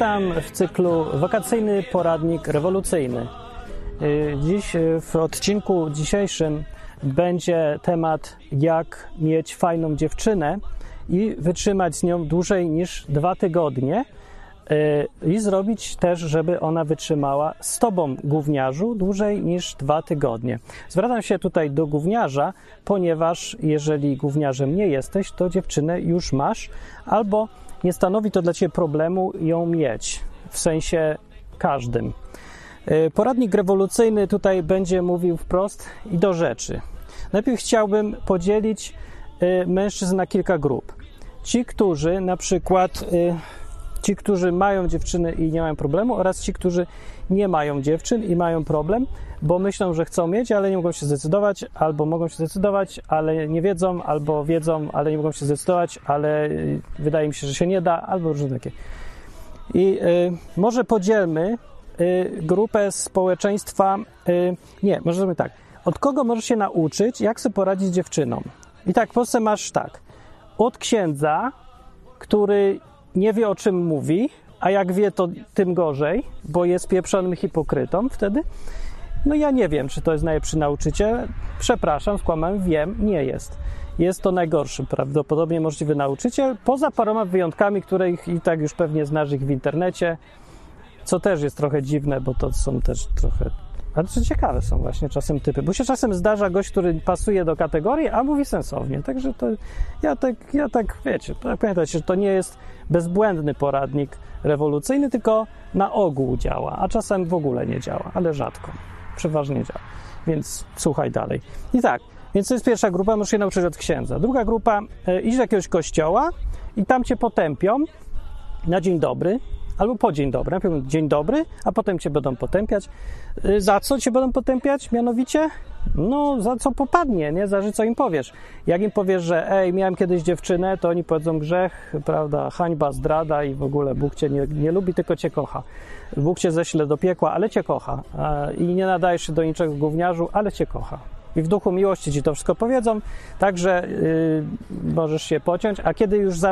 Witam w cyklu Wakacyjny Poradnik Rewolucyjny. Dziś w odcinku dzisiejszym będzie temat, jak mieć fajną dziewczynę i wytrzymać z nią dłużej niż 2 tygodnie i zrobić też, żeby ona wytrzymała z tobą, gówniarzu, dłużej niż 2 tygodnie. Zwracam się tutaj do gówniarza, ponieważ jeżeli gówniarzem nie jesteś, to dziewczynę już masz, albo nie stanowi to dla ciebie problemu ją mieć, w sensie każdym. Poradnik rewolucyjny tutaj będzie mówił wprost i do rzeczy. Najpierw chciałbym podzielić mężczyzn na kilka grup. Ci, którzy na przykład, ci, którzy mają dziewczyny i nie mają problemu, oraz ci, którzy nie mają dziewczyn i mają problem, bo myślą, że chcą mieć, ale nie mogą się zdecydować, albo mogą się zdecydować, ale nie wiedzą, albo wiedzą, ale nie mogą się zdecydować, ale wydaje mi się, że się nie da, albo różne takie. I może podzielmy grupę społeczeństwa, może zrobimy tak. Od kogo możesz się nauczyć, jak sobie poradzić z dziewczyną? I tak, w Polsce masz tak. Od księdza, który nie wie, o czym mówi, a jak wie, to tym gorzej, bo jest pieprzonym hipokrytą wtedy. No ja nie wiem, czy to jest najlepszy nauczyciel. Przepraszam, skłamałem, wiem, nie jest. Jest to najgorszy prawdopodobnie możliwy nauczyciel, poza paroma wyjątkami, których i tak już pewnie znasz ich w internecie, co też jest trochę dziwne, bo to są też trochę... Ale to ciekawe są właśnie czasem typy, bo się czasem zdarza gość, który pasuje do kategorii, a mówi sensownie. Także to ja tak wiecie, pamiętajcie, że to nie jest bezbłędny poradnik rewolucyjny, tylko na ogół działa, a czasem w ogóle nie działa, ale rzadko. Przeważnie działa. Więc słuchaj dalej. I tak, więc to jest pierwsza grupa, możesz się nauczyć od księdza. Druga grupa, idź do jakiegoś kościoła i tam cię potępią na dzień dobry, albo po dzień dobry. Najpierw dzień dobry, a potem cię będą potępiać. Za co cię będą potępiać mianowicie? No, za co popadnie, nie? Za co im powiesz. Jak im powiesz, że miałem kiedyś dziewczynę, to oni powiedzą grzech, prawda, hańba, zdrada i w ogóle Bóg cię nie lubi, tylko cię kocha. Bóg cię ześle do piekła, ale cię kocha. I nie nadajesz się do niczego gówniarzu, ale cię kocha. I w duchu miłości ci to wszystko powiedzą, także możesz się pociąć, a kiedy już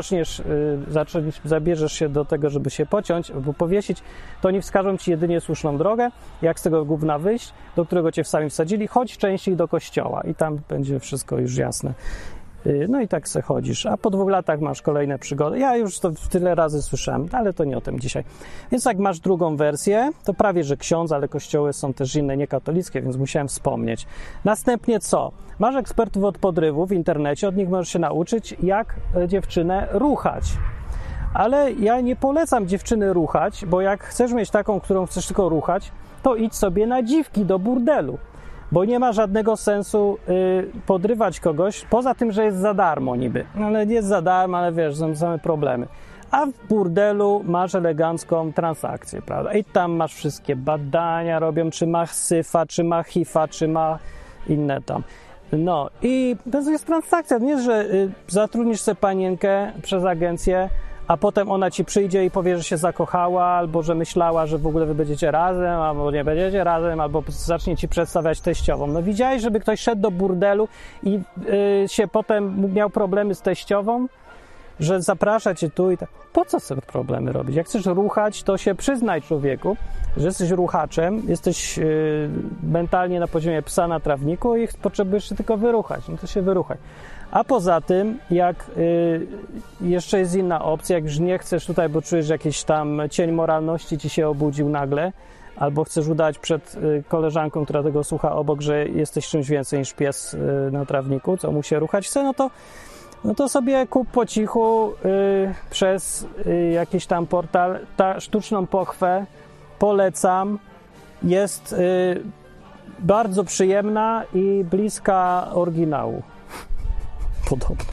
zabierzesz się do tego, żeby się pociąć albo powiesić, to oni wskażą ci jedynie słuszną drogę, jak z tego gówna wyjść, do którego cię sami wsadzili, chodź częściej do kościoła i tam będzie wszystko już jasne. No i tak se chodzisz, a po 2 latach masz kolejne przygody. Ja już to tyle razy słyszałem, ale to nie o tym dzisiaj. Więc jak masz drugą wersję, to prawie że ksiądz, ale kościoły są też inne, niekatolickie, więc musiałem wspomnieć. Następnie co? Masz ekspertów od podrywu w internecie, od nich możesz się nauczyć, jak dziewczynę ruchać. Ale ja nie polecam dziewczyny ruchać, bo jak chcesz mieć taką, którą chcesz tylko ruchać, to idź sobie na dziwki do burdelu. Bo nie ma żadnego sensu podrywać kogoś, poza tym, że jest za darmo niby. Ale jest za darmo, ale wiesz, są same problemy. A w burdelu masz elegancką transakcję, prawda? I tam masz wszystkie badania, robią, czy ma syfa, czy ma HIV-a, czy ma inne tam. No i to jest transakcja. Nie, że zatrudnisz sobie panienkę przez agencję, a potem ona ci przyjdzie i powie, że się zakochała, albo że myślała, że w ogóle wy będziecie razem, albo nie będziecie razem, albo zacznie ci przedstawiać teściową. No widziałeś, żeby ktoś szedł do burdelu i się potem miał problemy z teściową, że zaprasza cię tu i tak. Po co sobie problemy robić? Jak chcesz ruchać, to się przyznaj człowieku, że jesteś ruchaczem, jesteś mentalnie na poziomie psa na trawniku i potrzebujesz się tylko wyruchać. No to się wyruchaj. A poza tym, jak jeszcze jest inna opcja, jak już nie chcesz tutaj, bo czujesz, że jakiś tam cień moralności ci się obudził nagle, albo chcesz udać przed koleżanką, która tego słucha obok, że jesteś czymś więcej niż pies na trawniku, co mu się ruchać chce, no to sobie kup po cichu przez jakiś tam portal. Ta sztuczną pochwę polecam. Jest bardzo przyjemna i bliska oryginału. Podobno.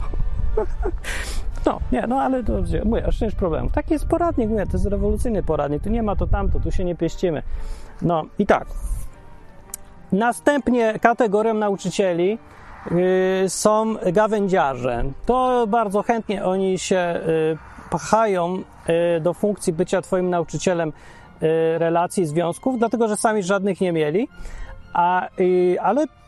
Ale to mówię, aż nie jest problemu. Taki jest poradnik, mówię, to jest rewolucyjny poradnik, tu nie ma to tamto, tu się nie pieścimy. No i tak. Następnie kategorią nauczycieli są gawędziarze. To bardzo chętnie oni się pchają do funkcji bycia twoim nauczycielem relacji, związków, dlatego że sami żadnych nie mieli, ale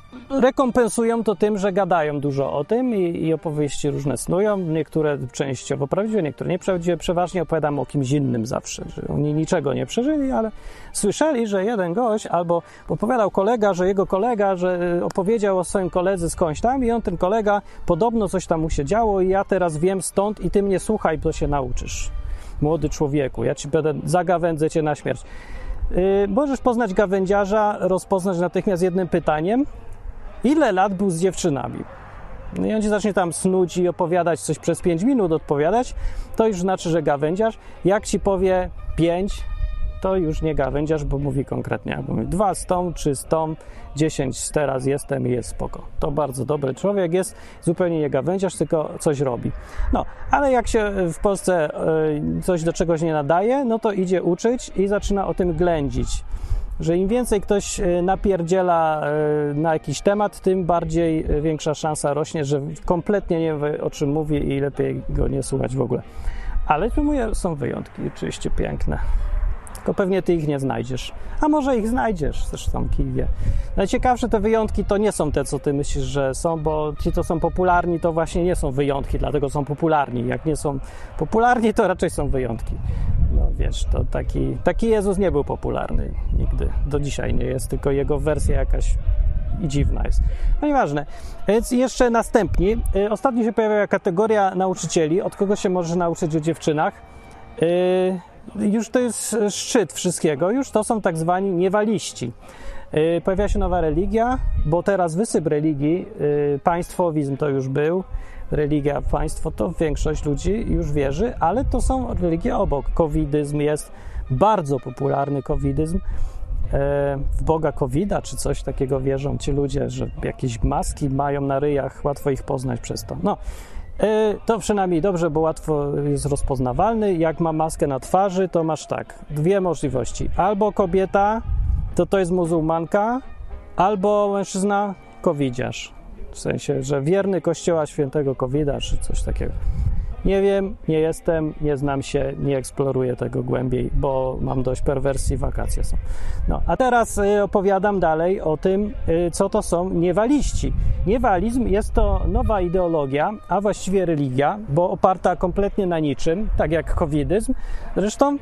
rekompensują to tym, że gadają dużo o tym i opowieści różne snują, niektóre częściowo prawdziwe, niektóre nieprawdziwe, przeważnie opowiadam o kimś innym zawsze, że oni niczego nie przeżyli, ale słyszeli, że jeden gość albo opowiadał kolega, że jego kolega, że opowiedział o swoim koledze skądś tam i on, ten kolega, podobno coś tam mu się działo i ja teraz wiem stąd i ty mnie słuchaj, bo się nauczysz. Młody człowieku, ja ci będę, zagawędzę cię na śmierć. Możesz poznać gawędziarza, rozpoznać natychmiast jednym pytaniem, ile lat był z dziewczynami. No i on ci zacznie tam snuć i opowiadać coś przez 5 minut, odpowiadać, to już znaczy, że gawędziarz. Jak ci powie 5, to już nie gawędziarz, bo mówi konkretnie. Bo mówi 2 z tą, 3 z tą, 10 teraz jestem i jest spoko. To bardzo dobry człowiek jest, zupełnie nie gawędziarz, tylko coś robi. No, ale jak się w Polsce coś do czegoś nie nadaje, no to idzie uczyć i zaczyna o tym ględzić. Że im więcej ktoś napierdziela na jakiś temat, tym bardziej większa szansa rośnie, że kompletnie nie wie, o czym mówi i lepiej go nie słuchać w ogóle. Ale są wyjątki, oczywiście piękne. Tylko pewnie ty ich nie znajdziesz. A może ich znajdziesz, zresztą kij wie. Najciekawsze te wyjątki to nie są te, co ty myślisz, że są, bo ci, co są popularni, to właśnie nie są wyjątki, dlatego są popularni. Jak nie są popularni, to raczej są wyjątki. No wiesz, to taki Jezus nie był popularny nigdy. Do dzisiaj nie jest, tylko jego wersja jakaś i dziwna jest. No nieważne. Więc jeszcze następni. Ostatnio się pojawiła kategoria nauczycieli, od kogo się możesz nauczyć o dziewczynach. Już to jest szczyt wszystkiego. Już to są tak zwani niewaliści. Pojawia się nowa religia, bo teraz wysyp religii, państwowizm to już był, religia, państwo, to większość ludzi już wierzy, ale to są religie obok. Covidyzm jest bardzo popularny, covidyzm. W Boga Covida czy coś takiego wierzą ci ludzie, że jakieś maski mają na ryjach, łatwo ich poznać przez to. No, to przynajmniej dobrze, bo łatwo jest rozpoznawalny. Jak ma maskę na twarzy, to masz tak, 2 możliwości. Albo kobieta, to jest muzułmanka, albo mężczyzna, covidziarz. W sensie, że wierny Kościoła Świętego Covida, czy coś takiego. Nie wiem, nie jestem, nie znam się, nie eksploruję tego głębiej, bo mam dość perwersji, wakacje są. No, a teraz opowiadam dalej o tym, co to są niewaliści. Niewalizm jest to nowa ideologia, a właściwie religia, bo oparta kompletnie na niczym, tak jak covidyzm zresztą.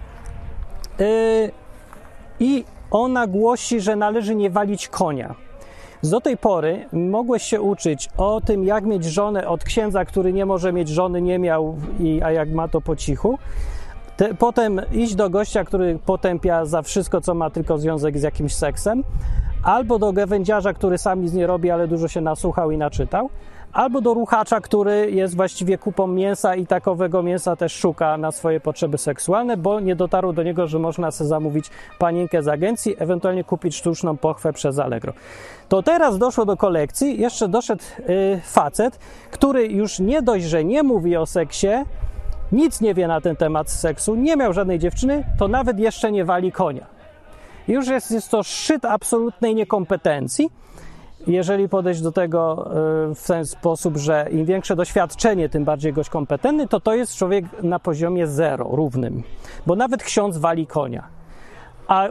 I ona głosi, że należy nie walić konia. Do tej pory mogłeś się uczyć o tym, jak mieć żonę od księdza, który nie może mieć żony, nie miał, a jak ma, to po cichu. Potem iść do gościa, który potępia za wszystko, co ma tylko związek z jakimś seksem, albo do gawędziarza, który sam nic nie robi, ale dużo się nasłuchał i naczytał, albo do ruchacza, który jest właściwie kupą mięsa i takowego mięsa też szuka na swoje potrzeby seksualne, bo nie dotarło do niego, że można sobie zamówić panienkę z agencji, ewentualnie kupić sztuczną pochwę przez Allegro. To teraz doszło do kolekcji, jeszcze doszedł facet, który już nie dość, że nie mówi o seksie, nic nie wie na ten temat seksu, nie miał żadnej dziewczyny, to nawet jeszcze nie wali konia. Już jest to szczyt absolutnej niekompetencji. Jeżeli podejść do tego w ten sposób, że im większe doświadczenie, tym bardziej gość kompetentny, to jest człowiek na poziomie 0, równym. Bo nawet ksiądz wali konia. A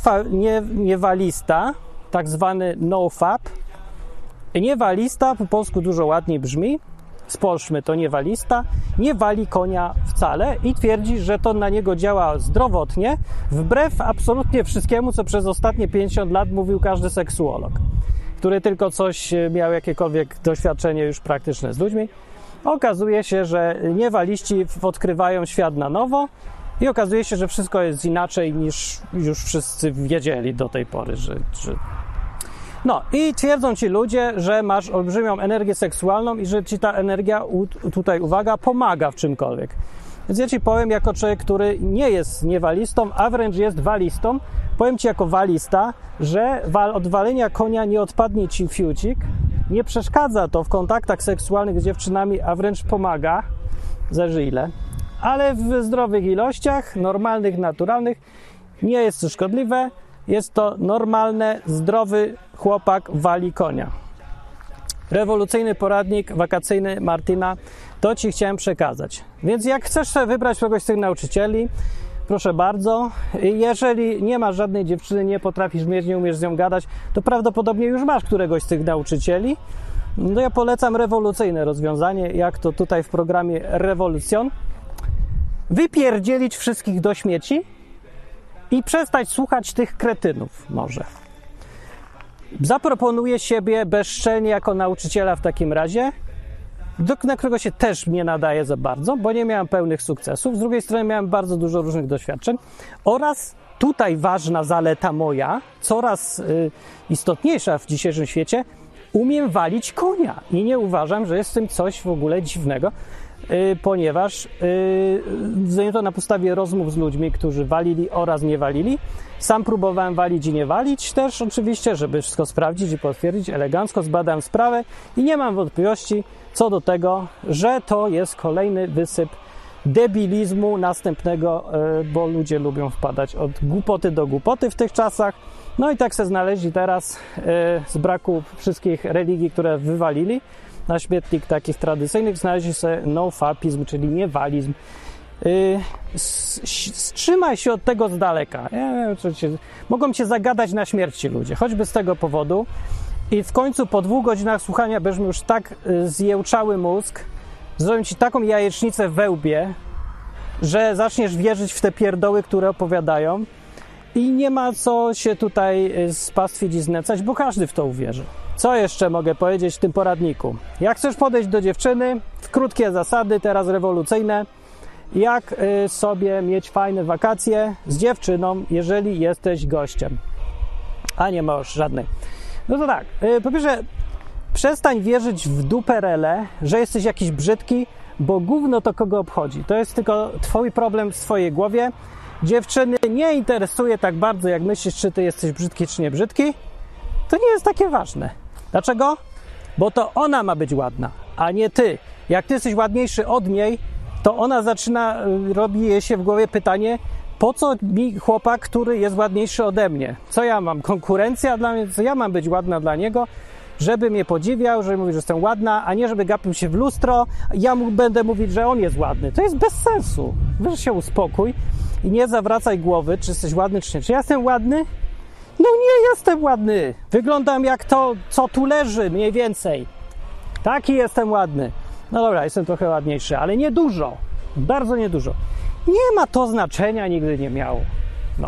niewalista, tak zwany nofap, niewalista po polsku dużo ładniej brzmi, spolszmy to niewalista, nie wali konia wcale i twierdzi, że to na niego działa zdrowotnie, wbrew absolutnie wszystkiemu, co przez ostatnie 50 lat mówił każdy seksuolog, który tylko coś miał jakiekolwiek doświadczenie już praktyczne z ludźmi. Okazuje się, że niewaliści odkrywają świat na nowo i okazuje się, że wszystko jest inaczej niż już wszyscy wiedzieli do tej pory, że... No i twierdzą ci ludzie, że masz olbrzymią energię seksualną i że ci ta energia, tutaj uwaga, pomaga w czymkolwiek. Więc ja ci powiem jako człowiek, który nie jest niewalistą, a wręcz jest walistą, powiem ci jako walista, że od walenia konia nie odpadnie ci fiucik, nie przeszkadza to w kontaktach seksualnych z dziewczynami, a wręcz pomaga, zależy ile, ale w zdrowych ilościach, normalnych, naturalnych, nie jest to szkodliwe, jest to normalne, zdrowy chłopak wali konia. Rewolucyjny poradnik wakacyjny Martina, to ci chciałem przekazać. Więc jak chcesz sobie wybrać kogoś z tych nauczycieli, proszę bardzo. Jeżeli nie masz żadnej dziewczyny, nie potrafisz mieć, nie umiesz z nią gadać, to prawdopodobnie już masz któregoś z tych nauczycieli. No ja polecam rewolucyjne rozwiązanie, jak to tutaj w programie Rewolucjon. Wypierdzielić wszystkich do śmieci i przestać słuchać tych kretynów może. Zaproponuję siebie bezczelnie jako nauczyciela w takim razie, na którego się też nie nadaje za bardzo, bo nie miałem pełnych sukcesów. Z drugiej strony miałem bardzo dużo różnych doświadczeń oraz tutaj ważna zaleta moja, coraz istotniejsza w dzisiejszym świecie, umiem walić konia i nie uważam, że jest w tym coś w ogóle dziwnego, ponieważ to na podstawie rozmów z ludźmi, którzy walili oraz nie walili. Sam próbowałem walić i nie walić też oczywiście, żeby wszystko sprawdzić i potwierdzić. Elegancko zbadałem sprawę i nie mam wątpliwości co do tego, że to jest kolejny wysyp debilizmu następnego, bo ludzie lubią wpadać od głupoty do głupoty w tych czasach. No i tak se znaleźli teraz z braku wszystkich religii, które wywalili na śmietnik takich tradycyjnych, znaleźli sobie nofapizm, czyli niewalizm. Wstrzymaj się od tego z daleka. Mogą cię zagadać na śmierć ci ludzie, choćby z tego powodu. I w końcu po 2 godzinach słuchania będziesz już tak zjełczały mózg, zrobią ci taką jajecznicę we łbie, że zaczniesz wierzyć w te pierdoły, które opowiadają i nie ma co się tutaj spastwić i znęcać, bo każdy w to uwierzy. Co jeszcze mogę powiedzieć w tym poradniku? Jak chcesz podejść do dziewczyny, krótkie zasady, teraz rewolucyjne, jak sobie mieć fajne wakacje z dziewczyną, jeżeli jesteś gościem, a nie masz żadnej. No to tak, po pierwsze, przestań wierzyć w duperele, że jesteś jakiś brzydki, bo gówno to kogo obchodzi. To jest tylko twój problem w swojej głowie. Dziewczyny nie interesuje tak bardzo, jak myślisz, czy ty jesteś brzydki, czy nie brzydki. To nie jest takie ważne. Dlaczego? Bo to ona ma być ładna, a nie ty. Jak ty jesteś ładniejszy od niej, to ona robi jej się w głowie pytanie, po co mi chłopak, który jest ładniejszy ode mnie? Co ja mam? Konkurencja dla mnie? Co ja mam być ładna dla niego? Żeby mnie podziwiał, żeby mówił, że jestem ładna, a nie żeby gapił się w lustro, ja będę mówić, że on jest ładny. To jest bez sensu. Weź się uspokój i nie zawracaj głowy, czy jesteś ładny, czy nie. Czy ja jestem ładny? No nie jestem ładny. Wyglądam jak to, co tu leży, mniej więcej. Taki jestem ładny. No dobra, jestem trochę ładniejszy, ale nie dużo. Bardzo niedużo. Nie ma to znaczenia, nigdy nie miało. No.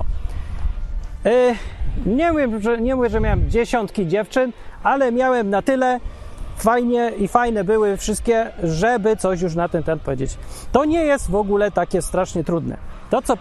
Nie mówię, że miałem dziesiątki dziewczyn, ale miałem na tyle fajne były wszystkie, żeby coś już na ten temat powiedzieć. To nie jest w ogóle takie strasznie trudne. To, co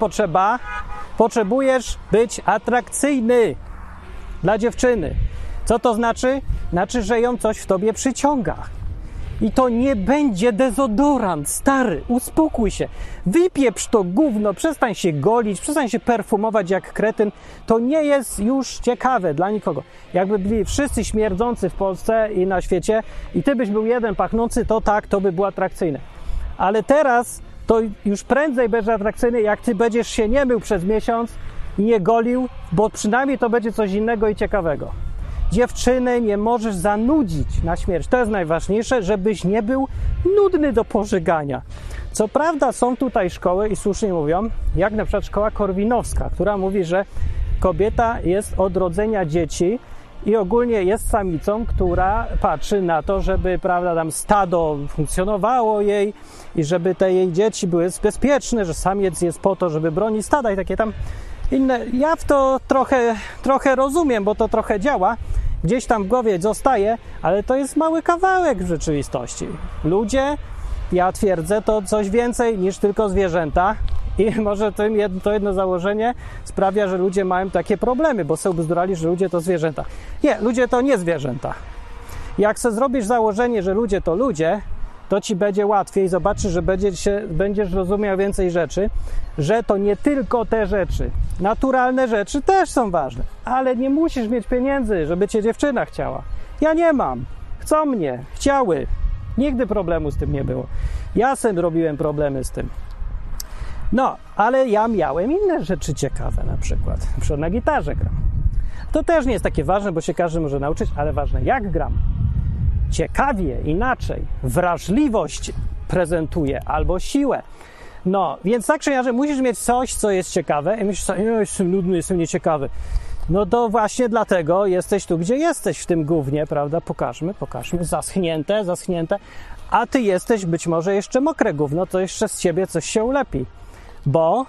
potrzebujesz być atrakcyjny dla dziewczyny. Co to znaczy? Znaczy, że ją coś w tobie przyciąga. I to nie będzie dezodorant, stary, uspokój się. Wypieprz to gówno, przestań się golić, przestań się perfumować jak kretyn. To nie jest już ciekawe dla nikogo. Jakby byli wszyscy śmierdzący w Polsce i na świecie i ty byś był jeden pachnący, to tak, to by było atrakcyjne. Ale teraz to już prędzej będzie atrakcyjny, jak ty będziesz się nie mył przez miesiąc i nie golił, bo przynajmniej to będzie coś innego i ciekawego. Dziewczyny nie możesz zanudzić na śmierć. To jest najważniejsze, żebyś nie był nudny do pożygania. Co prawda są tutaj szkoły i słusznie mówią, jak na przykład szkoła korwinowska, która mówi, że kobieta jest od rodzenia dzieci i ogólnie jest samicą, która patrzy na to, żeby, prawda, tam stado funkcjonowało jej i żeby te jej dzieci były bezpieczne, że samiec jest po to, żeby bronić stada i takie tam inne. Ja w to trochę rozumiem, bo to trochę działa, gdzieś tam w głowie zostaje, ale to jest mały kawałek w rzeczywistości. Ludzie, ja twierdzę, to coś więcej niż tylko zwierzęta i może to jedno założenie sprawia, że ludzie mają takie problemy, bo sobie bzdurali, że ludzie to zwierzęta. Nie, ludzie to nie zwierzęta. Jak sobie zrobisz założenie, że ludzie to ludzie, to ci będzie łatwiej, zobaczysz, że będziesz rozumiał więcej rzeczy, że to nie tylko te rzeczy. Naturalne rzeczy też są ważne, ale nie musisz mieć pieniędzy, żeby cię dziewczyna chciała. Ja nie mam. Chcą mnie. Chciały. Nigdy problemu z tym nie było. Ja sam robiłem problemy z tym. No, ale ja miałem inne rzeczy ciekawe na przykład. Na przykład na gitarze gram. To też nie jest takie ważne, bo się każdy może nauczyć, ale ważne jak gram. Ciekawie, inaczej, wrażliwość prezentuje albo siłę. No, więc tak czy inaczej musisz mieć coś, co jest ciekawe i myślisz sobie, jestem nudny, jestem nieciekawy. No to właśnie dlatego jesteś tu, gdzie jesteś w tym gównie, prawda? Pokażmy, zaschnięte, a ty jesteś być może jeszcze mokre gówno, to jeszcze z ciebie coś się ulepi. Bo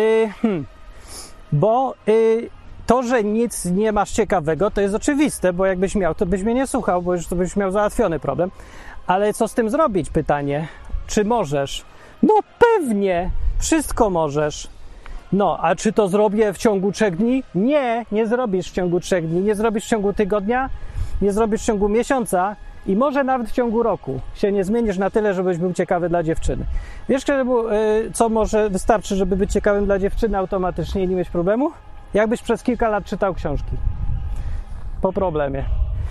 to, że nic nie masz ciekawego, to jest oczywiste, bo jakbyś miał, to byś mnie nie słuchał, bo już to byś miał załatwiony problem. Ale co z tym zrobić? Pytanie, czy możesz? No pewnie, wszystko możesz. No, a czy to zrobię w ciągu 3 dni? Nie, nie zrobisz w ciągu 3 dni, nie zrobisz w ciągu tygodnia, nie zrobisz w ciągu miesiąca i może nawet w ciągu roku się nie zmienisz na tyle, żebyś był ciekawy dla dziewczyny. Wiesz, co może wystarczy, żeby być ciekawym dla dziewczyny automatycznie i nie mieć problemu? Jakbyś przez kilka lat czytał książki. Po problemie.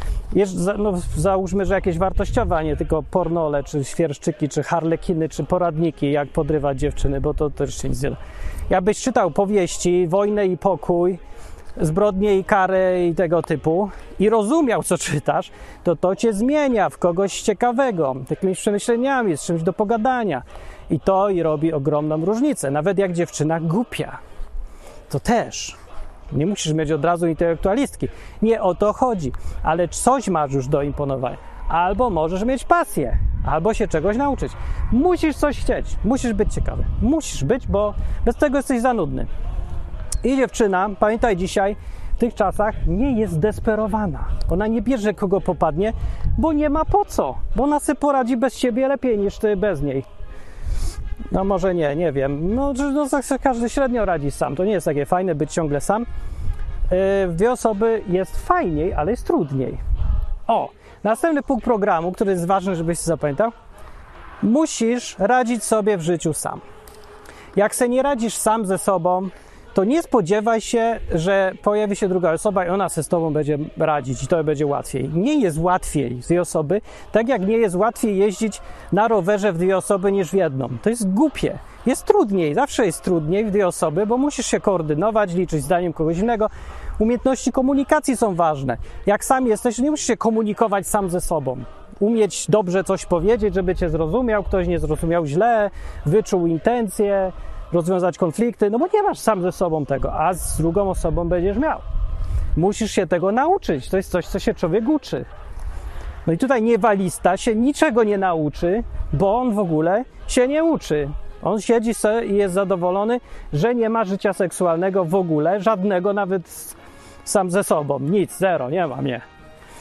No, załóżmy, że jakieś wartościowe, a nie tylko pornole, czy świerszczyki, czy harlekiny, czy poradniki, jak podrywać dziewczyny, bo to też się nic nie da. Jakbyś czytał powieści, Wojnę i pokój, Zbrodnie i karę i tego typu i rozumiał, co czytasz, to cię zmienia w kogoś ciekawego, takimiś przemyśleniami, z czymś do pogadania. I to robi ogromną różnicę. Nawet jak dziewczyna głupia, to też. Nie musisz mieć od razu intelektualistki. Nie o to chodzi. Ale coś masz już do imponowania. Albo możesz mieć pasję, albo się czegoś nauczyć. Musisz coś chcieć, musisz być ciekawy. Musisz być, bo bez tego jesteś za nudny. I dziewczyna, pamiętaj dzisiaj, w tych czasach nie jest zdesperowana. Ona nie bierze kogo popadnie, bo nie ma po co. Bo ona sobie poradzi bez ciebie lepiej niż ty bez niej. No może nie wiem. No każdy średnio radzi sam. To nie jest takie fajne być ciągle sam. W 2 osoby jest fajniej, ale jest trudniej. Następny punkt programu, który jest ważny, żebyś się zapamiętał. Musisz radzić sobie w życiu sam. Jak se nie radzisz sam ze sobą, to nie spodziewaj się, że pojawi się druga osoba i ona se z tobą będzie radzić i to będzie łatwiej. Nie jest łatwiej z 2 osoby, tak jak nie jest łatwiej jeździć na rowerze w 2 osoby niż w jedną. To jest głupie. Jest trudniej, zawsze jest trudniej w 2 osoby, bo musisz się koordynować, liczyć zdaniem kogoś innego. Umiejętności komunikacji są ważne. Jak sam jesteś, nie musisz się komunikować sam ze sobą. Umieć dobrze coś powiedzieć, żeby cię zrozumiał, ktoś nie zrozumiał źle, wyczuł intencje, rozwiązać konflikty, no bo nie masz sam ze sobą tego, a z drugą osobą będziesz miał. Musisz się tego nauczyć. To jest coś, co się człowiek uczy. No i tutaj niewalista się niczego nie nauczy, bo on w ogóle się nie uczy. On siedzi sobie i jest zadowolony, że nie ma życia seksualnego w ogóle, żadnego, nawet sam ze sobą. Nic, zero, nie ma mnie.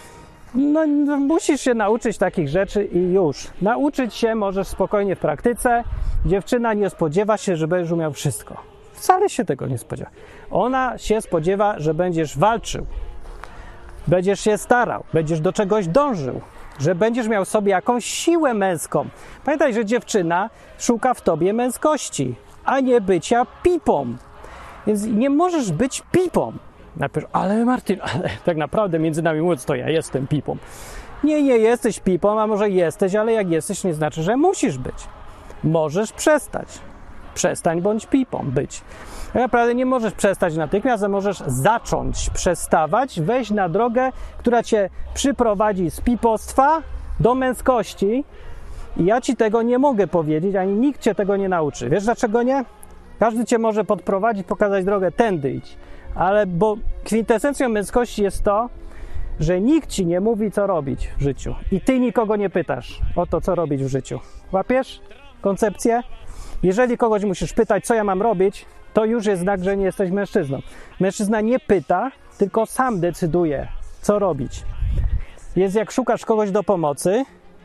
No, musisz się nauczyć takich rzeczy i już. Nauczyć się możesz spokojnie w praktyce. Dziewczyna nie spodziewa się, że będziesz umiał wszystko. Wcale się tego nie spodziewa. Ona się spodziewa, że będziesz walczył, będziesz się starał, będziesz do czegoś dążył, że będziesz miał w sobie jakąś siłę męską. Pamiętaj, że dziewczyna szuka w tobie męskości, a nie bycia pipą. Więc nie możesz być pipą. Najpierw, ale Martin, ale tak naprawdę między nami mówiąc, to ja jestem pipą. Nie jesteś pipą, a może jesteś, ale jak jesteś, nie znaczy, że musisz być. Możesz przestać. Przestań bądź pipą być. Tak naprawdę nie możesz przestać natychmiast, a możesz zacząć przestawać, wejść na drogę, która cię przyprowadzi z pipostwa do męskości. I ja ci tego nie mogę powiedzieć, ani nikt cię tego nie nauczy. Wiesz dlaczego nie? Każdy cię może podprowadzić, pokazać drogę, tędy idź. Ale bo kwintesencją męskości jest to, że nikt ci nie mówi, co robić w życiu. I ty nikogo nie pytasz o to, co robić w życiu. Łapiesz koncepcję? Jeżeli kogoś musisz pytać, co ja mam robić, to już jest znak, że nie jesteś mężczyzną. Mężczyzna nie pyta, tylko sam decyduje, co robić. Jest jak szukasz kogoś do pomocy,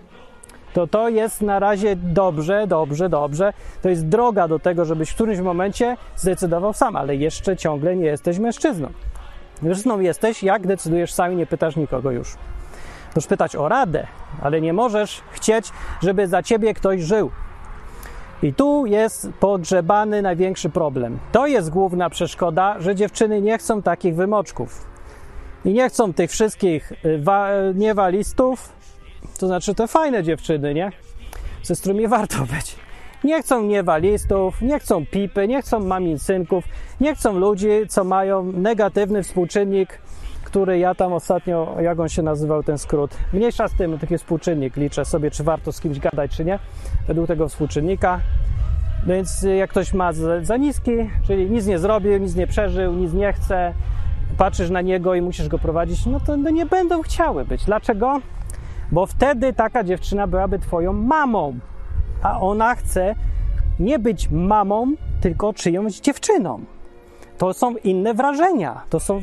to jest na razie dobrze. To jest droga do tego, żebyś w którymś momencie zdecydował sam, ale jeszcze ciągle nie jesteś mężczyzną. Mężczyzną jesteś, jak decydujesz sam i nie pytasz nikogo już. Możesz pytać o radę, ale nie możesz chcieć, żeby za ciebie ktoś żył. I tu jest pogrzebany największy problem. To jest główna przeszkoda, że dziewczyny nie chcą takich wymoczków. I nie chcą tych wszystkich niewalistów, to znaczy te fajne dziewczyny, nie? Ze którymi warto być. Nie chcą niewalistów, nie chcą pipy, nie chcą maminsynków, nie chcą ludzi, co mają negatywny współczynnik, który ja tam ostatnio, jak on się nazywał ten skrót, mniejsza z tym, taki współczynnik, liczę sobie, czy warto z kimś gadać, czy nie, według tego współczynnika. Więc jak ktoś ma za niski, czyli nic nie zrobił, nic nie przeżył, nic nie chce, patrzysz na niego i musisz go prowadzić, no to nie będą chciały być. Dlaczego? Bo wtedy taka dziewczyna byłaby twoją mamą, a ona chce nie być mamą, tylko czyjąś dziewczyną. To są inne wrażenia,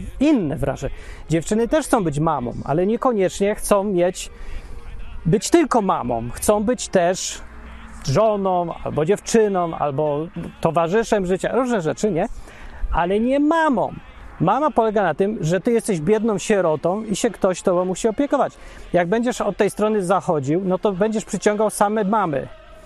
Dziewczyny też chcą być mamą, ale niekoniecznie chcą być tylko mamą. Chcą być też żoną, albo dziewczyną, albo towarzyszem życia, różne rzeczy, nie? Ale nie mamą. Mama polega na tym, że ty jesteś biedną sierotą i się ktoś tobą musi opiekować. Jak będziesz od tej strony zachodził, no to będziesz przyciągał same mamy.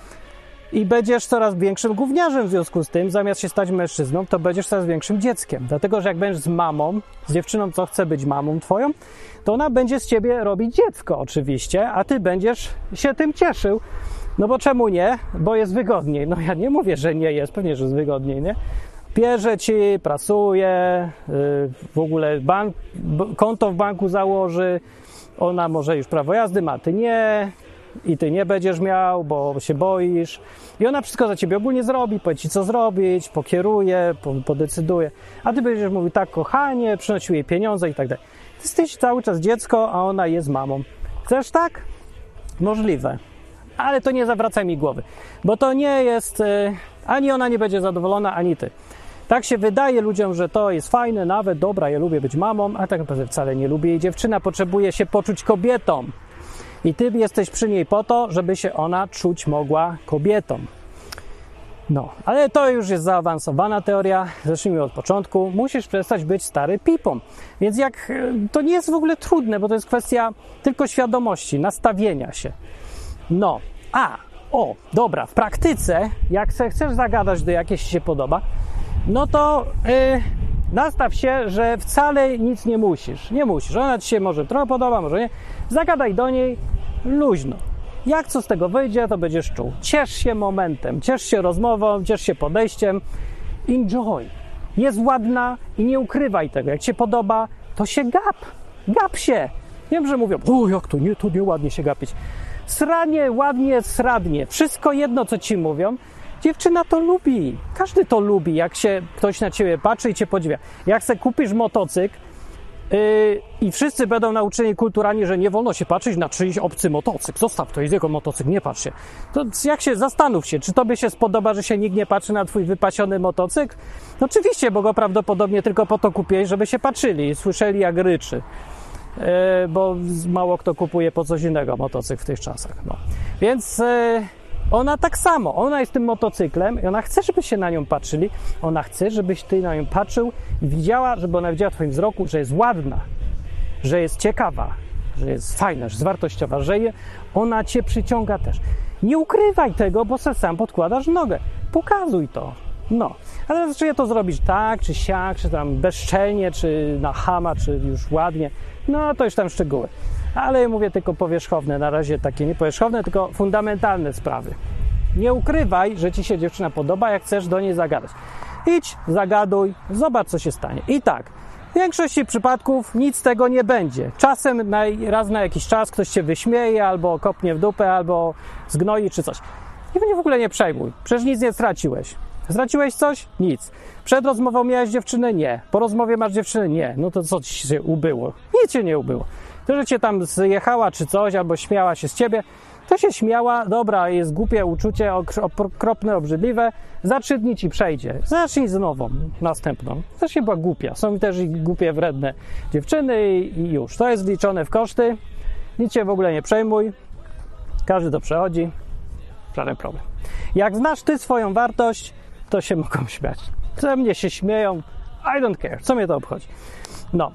I będziesz coraz większym gówniarzem w związku z tym, zamiast się stać mężczyzną, to będziesz coraz większym dzieckiem. Dlatego, że jak będziesz z mamą, z dziewczyną, co chce być mamą twoją, to ona będzie z ciebie robić dziecko oczywiście, a ty będziesz się tym cieszył. No bo czemu nie? Bo jest wygodniej. No ja nie mówię, że nie jest, pewnie, że jest wygodniej, nie? Bierze ci, pracuje, w ogóle konto w banku założy, ona może już prawo jazdy ma, ty nie i ty nie będziesz miał, bo się boisz i ona wszystko za ciebie ogólnie zrobi, powie ci co zrobić, pokieruje, podecyduje, a ty będziesz mówił tak kochanie, przynosił jej pieniądze i tak dalej. Ty jesteś cały czas dziecko, a ona jest mamą. Chcesz tak? Możliwe. Ale to nie zawracaj mi głowy, bo to nie jest, ani ona nie będzie zadowolona, ani ty. Tak się wydaje ludziom, że to jest fajne, nawet dobra, ja lubię być mamą, a tak naprawdę wcale nie lubię jej. Dziewczyna potrzebuje się poczuć kobietą i ty jesteś przy niej po to, żeby się ona czuć mogła kobietą. No, ale to już jest zaawansowana teoria, zacznijmy od początku. Musisz przestać być stary pipą. Więc to nie jest w ogóle trudne, bo to jest kwestia tylko świadomości, nastawienia się. No, dobra, w praktyce, jak chcesz zagadać do jakiejś się podoba, no to nastaw się, że wcale nic nie musisz. Nie musisz. Ona ci się może trochę podoba, może nie. Zagadaj do niej luźno. Jak co z tego wyjdzie, to będziesz czuł. Ciesz się momentem, ciesz się rozmową, ciesz się podejściem. Enjoy. Jest ładna i nie ukrywaj tego. Jak ci się podoba, to się gap się. Wiem, że mówią, jak to nie ładnie się gapić. Sranie, ładnie, sradnie. Wszystko jedno, co ci mówią. Dziewczyna to lubi. Każdy to lubi, jak się ktoś na ciebie patrzy i cię podziwia. Jak se kupisz motocykl i wszyscy będą nauczeni kulturalnie, że nie wolno się patrzeć na czyjś obcy motocykl. Zostaw, to jest jego motocykl, nie patrz się. To zastanów się, czy tobie się spodoba, że się nikt nie patrzy na twój wypasiony motocykl? No oczywiście, bo go prawdopodobnie tylko po to kupiłeś, żeby się patrzyli i słyszeli, jak ryczy. Bo mało kto kupuje po coś innego motocykl w tych czasach. No. Więc ona tak samo, ona jest tym motocyklem i ona chce, żeby się na nią patrzyli, ona chce, żebyś ty na nią patrzył i widziała, żeby ona widziała w twoim wzroku, że jest ładna, że jest ciekawa, że jest fajna, że jest wartościowa, że ona cię przyciąga też. Nie ukrywaj tego, bo sam podkładasz nogę. Pokazuj to. No. Ale czy je to zrobić tak, czy siak, czy tam bezczelnie, czy na chama, czy już ładnie, no to już tam szczegóły. Ale ja mówię tylko powierzchowne, na razie takie nie powierzchowne, tylko fundamentalne sprawy. Nie ukrywaj, że ci się dziewczyna podoba, jak chcesz do niej zagadać. Idź, zagaduj, zobacz, co się stanie. I tak, w większości przypadków nic z tego nie będzie. Czasem raz na jakiś czas ktoś cię wyśmieje, albo kopnie w dupę, albo zgnoi, czy coś. I w ogóle nie przejmuj, przecież nic nie straciłeś. Straciłeś coś? Nic. Przed rozmową miałeś dziewczynę? Nie. Po rozmowie masz dziewczynę? Nie. No to co ci się ubyło? Nic się nie ubyło. To, że cię tam zjechała czy coś, albo śmiała się z ciebie, to się śmiała, dobra, jest głupie uczucie, okropne, obrzydliwe, za 3 dni ci przejdzie. Zacznij z nową, następną. Też nie była głupia. Są też i głupie, wredne dziewczyny i już. To jest wliczone w koszty. Nic się w ogóle nie przejmuj. Każdy to przechodzi. Żaden problem. Jak znasz ty swoją wartość, to się mogą śmiać. Ze mnie się śmieją, I don't care, co mnie to obchodzi. No,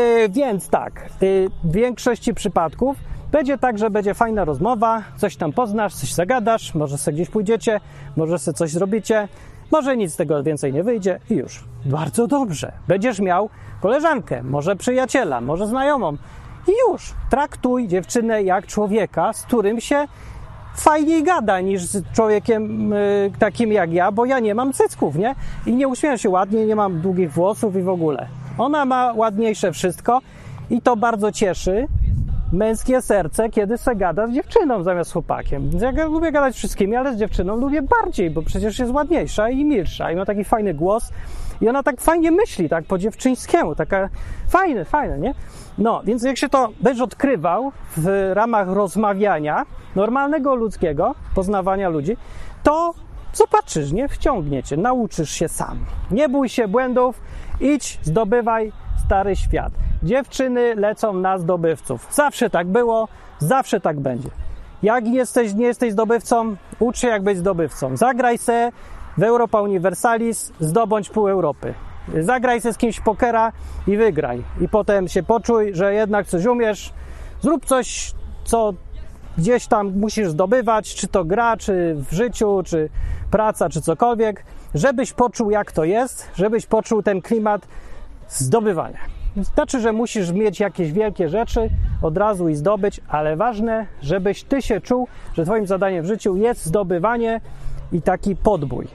więc tak, w większości przypadków będzie tak, że będzie fajna rozmowa, coś tam poznasz, coś zagadasz, może sobie gdzieś pójdziecie, może sobie coś zrobicie, może nic z tego więcej nie wyjdzie i już. Bardzo dobrze. Będziesz miał koleżankę, może przyjaciela, może znajomą i już. Traktuj dziewczynę jak człowieka, z którym się fajniej gada niż z człowiekiem takim jak ja, bo ja nie mam cycków, nie? I nie uśmiecham się ładnie, nie mam długich włosów i w ogóle. Ona ma ładniejsze wszystko i to bardzo cieszy, męskie serce, kiedy se gada z dziewczyną zamiast z chłopakiem. Więc ja lubię gadać z wszystkimi, ale z dziewczyną lubię bardziej, bo przecież jest ładniejsza i milsza i ma taki fajny głos i ona tak fajnie myśli, tak po dziewczyńskiemu, taka fajne, nie? No, więc jak się to będziesz odkrywał w ramach rozmawiania, normalnego ludzkiego, poznawania ludzi, to zobaczysz, nie? Wciągnie cię, nauczysz się sam. Nie bój się błędów, idź, zdobywaj stary świat. Dziewczyny lecą na zdobywców. Zawsze tak było, zawsze tak będzie. Jak nie jesteś zdobywcą, ucz się jak być zdobywcą. Zagraj se w Europa Universalis, zdobądź pół Europy. Zagraj se z kimś pokera i wygraj. I potem się poczuj, że jednak coś umiesz. Zrób coś, co gdzieś tam musisz zdobywać, czy to gra, czy w życiu, czy praca, czy cokolwiek, żebyś poczuł, jak to jest, żebyś poczuł ten klimat zdobywania. Znaczy, że musisz mieć jakieś wielkie rzeczy od razu i zdobyć, ale ważne, żebyś ty się czuł, że twoim zadaniem w życiu jest zdobywanie i taki podbój.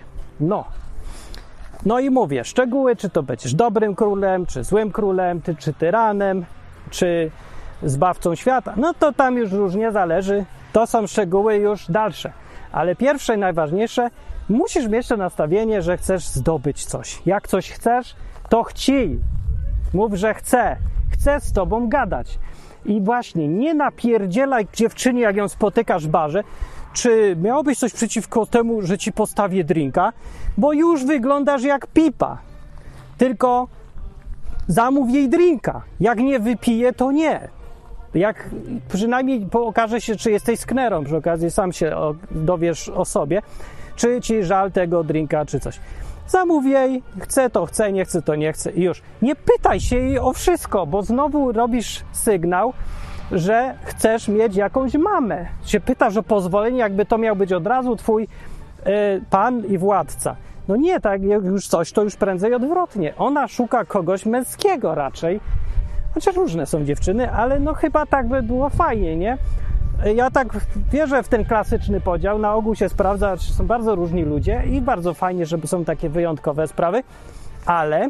No i mówię, szczegóły, czy to będziesz dobrym królem, czy złym królem, czy tyranem, czy zbawcą świata, no to tam już różnie zależy. To są szczegóły już dalsze. Ale pierwsze i najważniejsze, musisz mieć to nastawienie, że chcesz zdobyć coś. Jak coś chcesz, to chcij. Mów, że chcę z tobą gadać. I właśnie, nie napierdzielaj dziewczynie, jak ją spotykasz w barze, czy miałobyś coś przeciwko temu, że ci postawię drinka, bo już wyglądasz jak pipa. Tylko zamów jej drinka. Jak nie wypije, to nie. Jak przynajmniej okaże się, czy jesteś sknerą, przy okazji sam się dowiesz o sobie, czy ci żal tego drinka, czy coś. Zamów jej, chce to chce, nie chce to nie chce i już. Nie pytaj się jej o wszystko, bo znowu robisz sygnał, że chcesz mieć jakąś mamę. Się pytasz o pozwolenie, jakby to miał być od razu twój pan i władca. No nie, tak, jak już coś, to już prędzej odwrotnie. Ona szuka kogoś męskiego raczej, chociaż różne są dziewczyny, ale no chyba tak by było fajnie, nie? Ja tak wierzę w ten klasyczny podział, na ogół się sprawdza, że są bardzo różni ludzie i bardzo fajnie, żeby są takie wyjątkowe sprawy, ale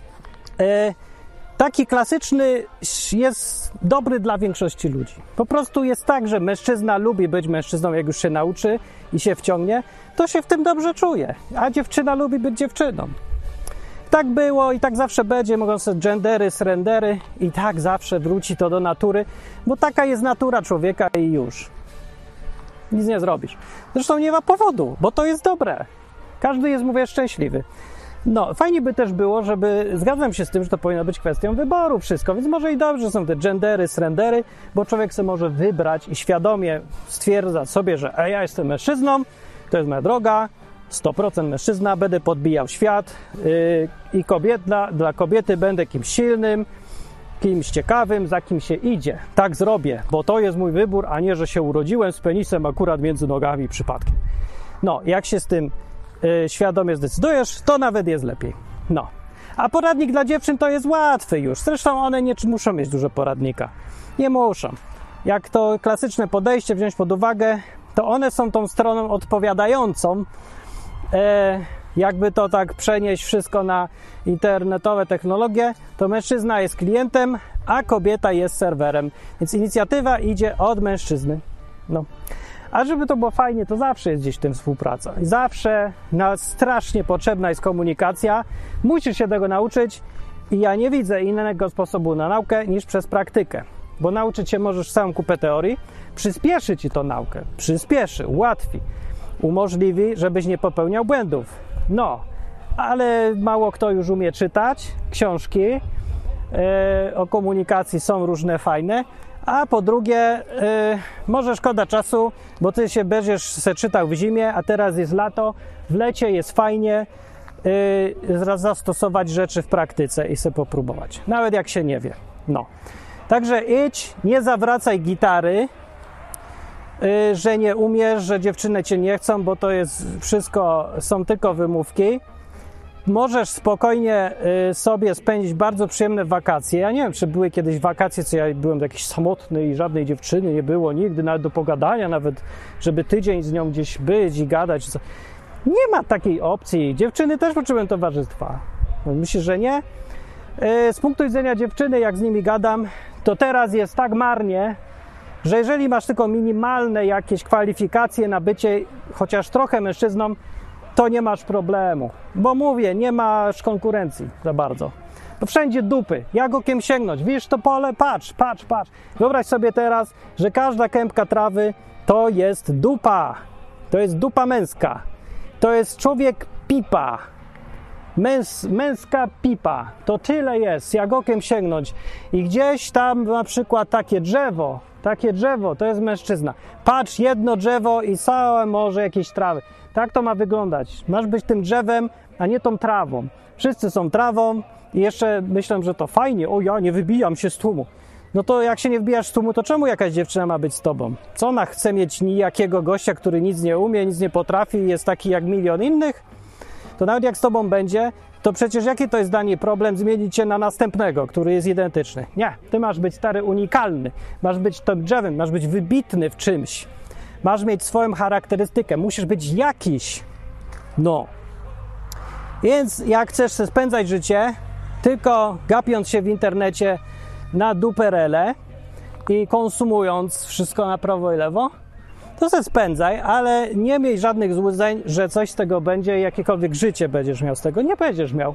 taki klasyczny jest dobry dla większości ludzi. Po prostu jest tak, że mężczyzna lubi być mężczyzną, jak już się nauczy i się wciągnie, to się w tym dobrze czuje, a dziewczyna lubi być dziewczyną. Tak było i tak zawsze będzie, mogą sobie gendery, srendery i tak zawsze wróci to do natury, bo taka jest natura człowieka i już. Nic nie zrobisz. Zresztą nie ma powodu, bo to jest dobre. Każdy jest, mówię, szczęśliwy. No, fajnie by też było, żeby, zgadzam się z tym, że to powinno być kwestią wyboru wszystko, więc może i dobrze są te gendery, srendery, bo człowiek sobie może wybrać i świadomie stwierdza sobie, że ja jestem mężczyzną, to jest moja droga, 100% mężczyzna, będę podbijał świat i dla kobiety będę kimś silnym, kimś ciekawym, za kim się idzie. Tak zrobię, bo to jest mój wybór, a nie, że się urodziłem z penisem akurat między nogami przypadkiem. No, jak się z tym świadomie zdecydujesz, to nawet jest lepiej. No. A poradnik dla dziewczyn to jest łatwy już. Zresztą one nie muszą mieć dużo poradnika. Nie muszą. Jak to klasyczne podejście wziąć pod uwagę, to one są tą stroną odpowiadającą, jakby to tak przenieść wszystko na internetowe technologie, to mężczyzna jest klientem, a kobieta jest serwerem. Więc inicjatywa idzie od mężczyzny. No. A żeby to było fajnie, to zawsze jest gdzieś w tym współpraca. I zawsze strasznie potrzebna jest komunikacja. Musisz się tego nauczyć i ja nie widzę innego sposobu na naukę niż przez praktykę. Bo nauczyć się możesz całą kupę teorii, przyspieszy ci to naukę, ułatwi, umożliwi, żebyś nie popełniał błędów. No, ale mało kto już umie czytać. Książki o komunikacji są różne fajne, a po drugie może szkoda czasu, bo ty się będziesz se czytał w zimie, a teraz jest lato, w lecie jest fajnie zastosować rzeczy w praktyce i se popróbować, nawet jak się nie wie. No. Także idź, nie zawracaj gitary, że nie umiesz, że dziewczyny cię nie chcą, bo to jest wszystko, są tylko wymówki. Możesz spokojnie sobie spędzić bardzo przyjemne wakacje. Ja nie wiem, czy były kiedyś wakacje, co ja byłem jakiś samotny i żadnej dziewczyny nie było nigdy, nawet do pogadania, nawet żeby tydzień z nią gdzieś być i gadać. Nie ma takiej opcji. Dziewczyny też potrzebują towarzystwa. Myślisz, że nie? Z punktu widzenia dziewczyny, jak z nimi gadam, to teraz jest tak marnie, że jeżeli masz tylko minimalne jakieś kwalifikacje na bycie chociaż trochę mężczyzną, to nie masz problemu. Bo mówię, nie masz konkurencji za bardzo. To wszędzie dupy. Jak okiem sięgnąć? Widzisz to pole? Patrz. Wyobraź sobie teraz, że każda kępka trawy to jest dupa. To jest dupa męska. To jest człowiek pipa. Męska pipa. To tyle jest, jak okiem sięgnąć. I gdzieś tam na przykład takie drzewo, to jest mężczyzna. Patrz, jedno drzewo i całe morze jakiejś trawy. Tak to ma wyglądać. Masz być tym drzewem, a nie tą trawą. Wszyscy są trawą i jeszcze myślą, że to fajnie. O, ja nie wybijam się z tłumu. No to jak się nie wbijasz z tłumu, to czemu jakaś dziewczyna ma być z tobą? Co ona chce mieć nijakiego gościa, który nic nie umie, nic nie potrafi i jest taki jak milion innych? To nawet jak z tobą będzie, to przecież jaki to jest dla niej problem zmienić się na następnego, który jest identyczny? Nie, ty masz być stary unikalny, masz być tym drzewem, masz być wybitny w czymś, masz mieć swoją charakterystykę, musisz być jakiś. No. Więc jak chcesz spędzać życie, tylko gapiąc się w internecie na duperele i konsumując wszystko na prawo i lewo, to se spędzaj, ale nie miej żadnych złudzeń, że coś z tego będzie, jakiekolwiek życie będziesz miał z tego. Nie będziesz miał.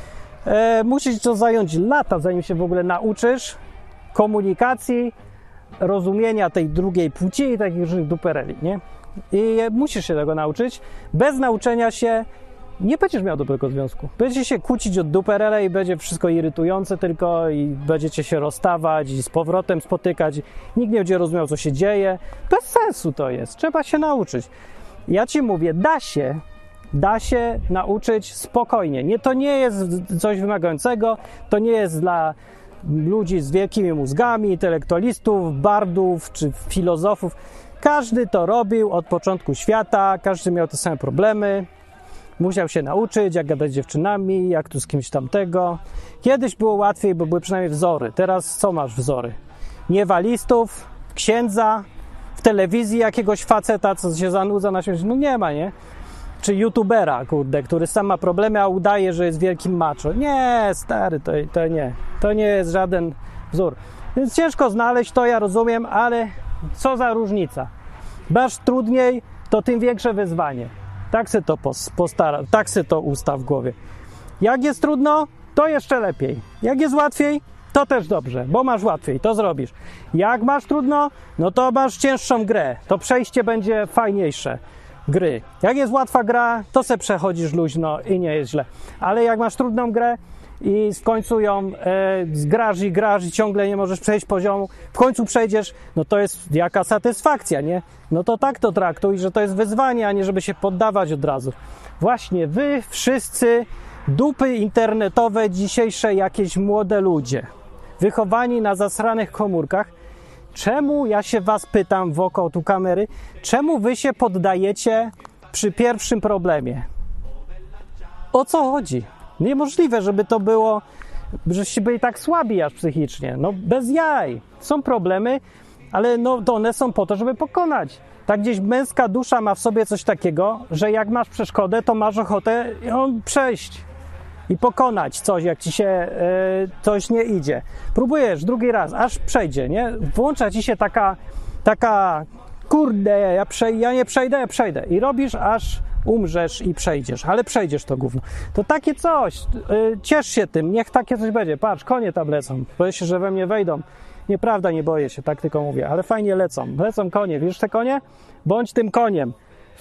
Musisz to zająć lata, zanim się w ogóle nauczysz komunikacji, rozumienia tej drugiej płci i takich różnych dupereli, nie? I musisz się tego nauczyć. Bez nauczenia się nie będziesz miał dobrego związku. Będziecie się kłócić od duperele i będzie wszystko irytujące tylko i będziecie się rozstawać i z powrotem spotykać. Nikt nie będzie rozumiał, co się dzieje. Bez sensu to jest. Trzeba się nauczyć. Ja ci mówię, da się nauczyć spokojnie. To nie jest coś wymagającego, to nie jest dla ludzi z wielkimi mózgami, intelektualistów, bardów czy filozofów. Każdy to robił od początku świata, każdy miał te same problemy. Musiał się nauczyć, jak gadać z dziewczynami, jak tu z kimś tamtego. Kiedyś było łatwiej, bo były przynajmniej wzory. Teraz co masz wzory? Niewalistów, księdza, w telewizji jakiegoś faceta, co się zanudza na śmierć. No nie ma, nie? Czy youtubera, kurde, który sam ma problemy, a udaje, że jest wielkim macho. Nie, stary, to nie. To nie jest żaden wzór. Więc ciężko znaleźć, to ja rozumiem, ale co za różnica? Masz trudniej, to tym większe wyzwanie. Tak se to tak se to ustaw w głowie. Jak jest trudno, to jeszcze lepiej. Jak jest łatwiej, to też dobrze, bo masz łatwiej, to zrobisz. Jak masz trudno, no to masz cięższą grę. To przejście będzie fajniejsze gry. Jak jest łatwa gra, to se przechodzisz luźno i nie jest źle. Ale jak masz trudną grę i w końcu ją grasz i ciągle nie możesz przejść poziomu, w końcu przejdziesz, no to jest jaka satysfakcja, nie? No to tak to traktuj, że to jest wyzwanie, a nie żeby się poddawać od razu. Właśnie wy wszyscy dupy internetowe, dzisiejsze jakieś młode ludzie, wychowani na zasranych komórkach, czemu, ja się was pytam wokoło tu kamery, czemu wy się poddajecie przy pierwszym problemie? O co chodzi? Niemożliwe, żeby to było, żeście byli tak słabi aż psychicznie. No bez jaj. Są problemy, ale no to one są po to, żeby pokonać. Tak gdzieś męska dusza ma w sobie coś takiego, że jak masz przeszkodę, to masz ochotę ją przejść i pokonać coś, jak ci się coś nie idzie. Próbujesz drugi raz, aż przejdzie, nie? Włącza ci się taka kurde, ja nie przejdę, ja przejdę. I robisz, aż umrzesz i przejdziesz, ale przejdziesz to gówno. To takie coś, ciesz się tym, niech takie coś będzie. Patrz, konie tam lecą, boję się, że we mnie wejdą. Nieprawda, nie boję się, tak tylko mówię, ale fajnie lecą konie, wiesz te konie? Bądź tym koniem. W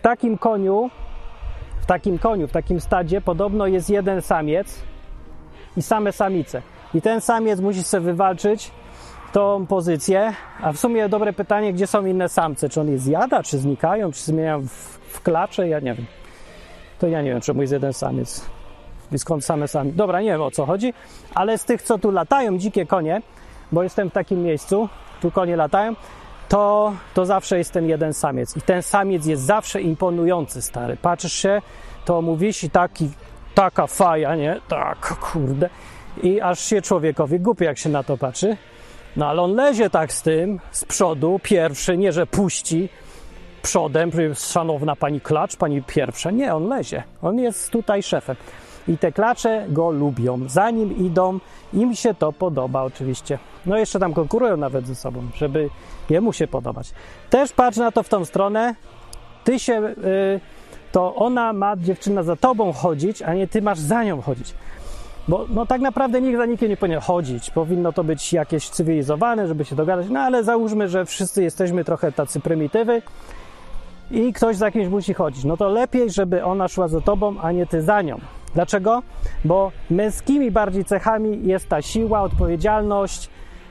takim stadzie podobno jest jeden samiec i same samice. I ten samiec musi sobie wywalczyć tą pozycję, a w sumie dobre pytanie, gdzie są inne samce? Czy on je zjada, czy znikają, czy zmieniają w klacze? Ja nie wiem. To ja nie wiem, czemu jest jeden samiec. I skąd same samice? Dobra, nie wiem, o co chodzi, ale z tych, co tu latają, dzikie konie, bo jestem w takim miejscu, tu konie latają, to zawsze jest ten jeden samiec. I ten samiec jest zawsze imponujący, stary. Patrzysz się, to mu wisi taka faja, nie? Tak, kurde. I aż się człowiekowi głupie, jak się na to patrzy. No ale on lezie tak z tym, z przodu, pierwszy, nie że puści przodem, szanowna pani klacz, pani pierwsza. Nie, on lezie. On jest tutaj szefem. I te klacze go lubią, za nim idą, im się to podoba oczywiście. No jeszcze tam konkurują nawet ze sobą, żeby jemu się podobać. Też patrz na to w tą stronę, to ona ma, dziewczyna, za tobą chodzić, a nie ty masz za nią chodzić. Bo no tak naprawdę nikt za nikim nie powinien chodzić. Powinno to być jakieś cywilizowane, żeby się dogadać. No ale załóżmy, że wszyscy jesteśmy trochę tacy prymitywy i ktoś za kimś musi chodzić. No to lepiej, żeby ona szła za tobą, a nie ty za nią. Dlaczego? Bo męskimi bardziej cechami jest ta siła, odpowiedzialność,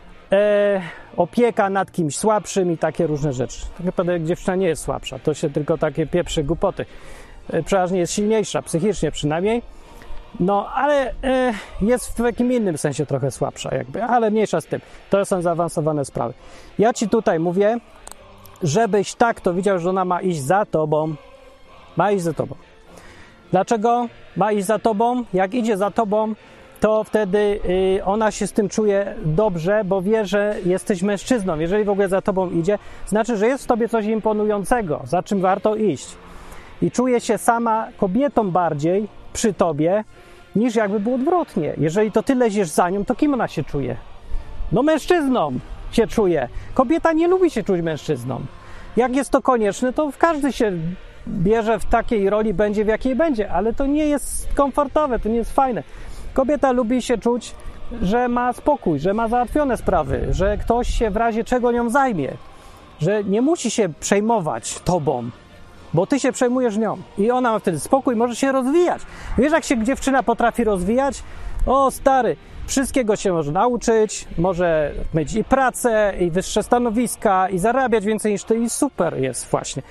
opieka nad kimś słabszym i takie różne rzeczy. Tak naprawdę dziewczyna nie jest słabsza, to się tylko takie pieprzy głupoty. Przeważnie jest silniejsza, psychicznie przynajmniej. No, ale jest w takim innym sensie trochę słabsza jakby, ale mniejsza z tym. To są zaawansowane sprawy. Ja ci tutaj mówię, żebyś tak to widział, że ona ma iść za tobą. Ma iść za tobą. Dlaczego ma iść za tobą? Jak idzie za tobą, to wtedy ona się z tym czuje dobrze, bo wie, że jesteś mężczyzną. Jeżeli w ogóle za tobą idzie, znaczy, że jest w tobie coś imponującego, za czym warto iść. I czuje się sama kobietą bardziej przy tobie, niż jakby było odwrotnie. Jeżeli to ty leziesz za nią, to kim ona się czuje? No mężczyzną się czuje. Kobieta nie lubi się czuć mężczyzną. Jak jest to konieczne, to każdy się bierze w takiej roli, będzie w jakiej będzie, ale to nie jest komfortowe, to nie jest fajne. Kobieta lubi się czuć, że ma spokój, że ma załatwione sprawy, że ktoś się w razie czego nią zajmie, że nie musi się przejmować tobą, bo ty się przejmujesz nią i ona ma wtedy spokój, może się rozwijać. Wiesz, jak się dziewczyna potrafi rozwijać? O stary, wszystkiego się może nauczyć, może mieć i pracę, i wyższe stanowiska, i zarabiać więcej niż ty, i super jest właśnie.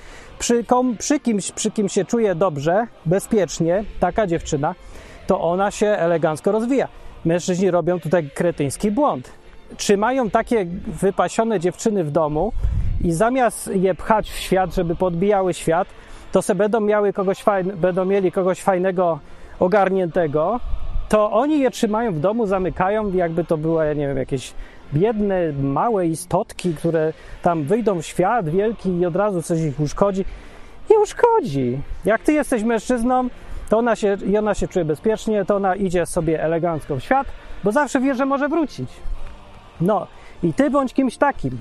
Przy kim się czuje dobrze, bezpiecznie, taka dziewczyna, to ona się elegancko rozwija. Mężczyźni robią tutaj kretyński błąd. Trzymają takie wypasione dziewczyny w domu i zamiast je pchać w świat, żeby podbijały świat, to se będą mieli kogoś fajnego, ogarniętego, to oni je trzymają w domu, zamykają, jakby to były, ja nie wiem, jakieś biedne, małe istotki, które tam wyjdą w świat wielki i od razu coś ich uszkodzi. Nie uszkodzi. Jak ty jesteś mężczyzną, to ona się czuje bezpiecznie, to ona idzie sobie elegancko w świat, bo zawsze wie, że może wrócić. No i ty bądź kimś takim.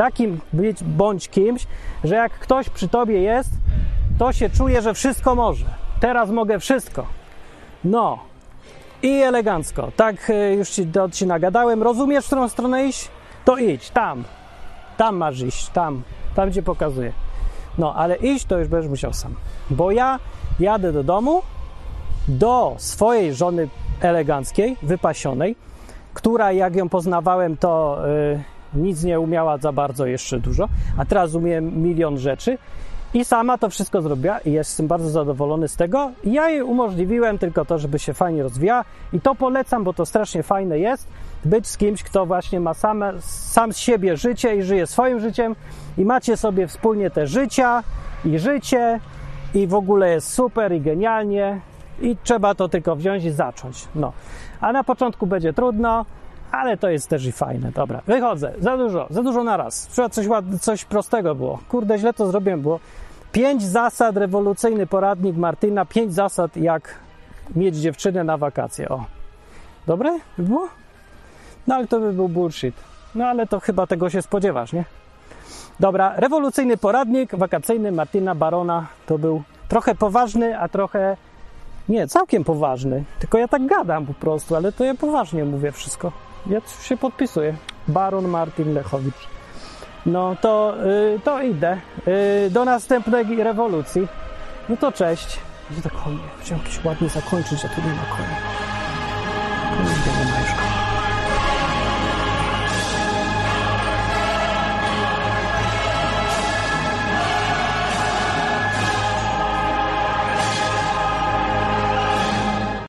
Bądź kimś, że jak ktoś przy tobie jest, to się czuje, że wszystko może. Teraz mogę wszystko. No i elegancko. Tak już ci nagadałem. Rozumiesz, w którą stronę iść? To idź, tam. Tam masz iść, tam cię pokazuję. No, ale iść to już będziesz musiał sam. Bo ja jadę do domu, do swojej żony eleganckiej, wypasionej, która jak ją poznawałem, to nic nie umiała za bardzo jeszcze dużo, a teraz umiem milion rzeczy i sama to wszystko zrobiła i jestem bardzo zadowolony z tego. Ja jej umożliwiłem tylko to, żeby się fajnie rozwijała i to polecam, bo to strasznie fajne jest być z kimś, kto właśnie ma sam z siebie życie i żyje swoim życiem i macie sobie wspólnie te życia i życie i w ogóle jest super i genialnie i trzeba to tylko wziąć i zacząć. No, a na początku będzie trudno, ale to jest też i fajne. Dobra, wychodzę. Za dużo naraz. Trzeba coś prostego było. Kurde, źle to zrobiłem, było 5 zasad, rewolucyjny poradnik Martina, 5 zasad, jak mieć dziewczynę na wakacje. O, dobre by było? No, ale to by był bullshit. No, ale to chyba tego się spodziewasz, nie? Dobra, rewolucyjny poradnik wakacyjny Martina Barona to był trochę poważny, a trochę... Nie, całkiem poważny. Tylko ja tak gadam po prostu, ale to ja poważnie mówię wszystko. Ja się podpisuję. Baron Martin Lechowicz. No to idę. Do następnej rewolucji. No to cześć. Gdzie to konie? Chciałem jakieś ładnie zakończyć, a tu nie ma koni. Nie ma już koni.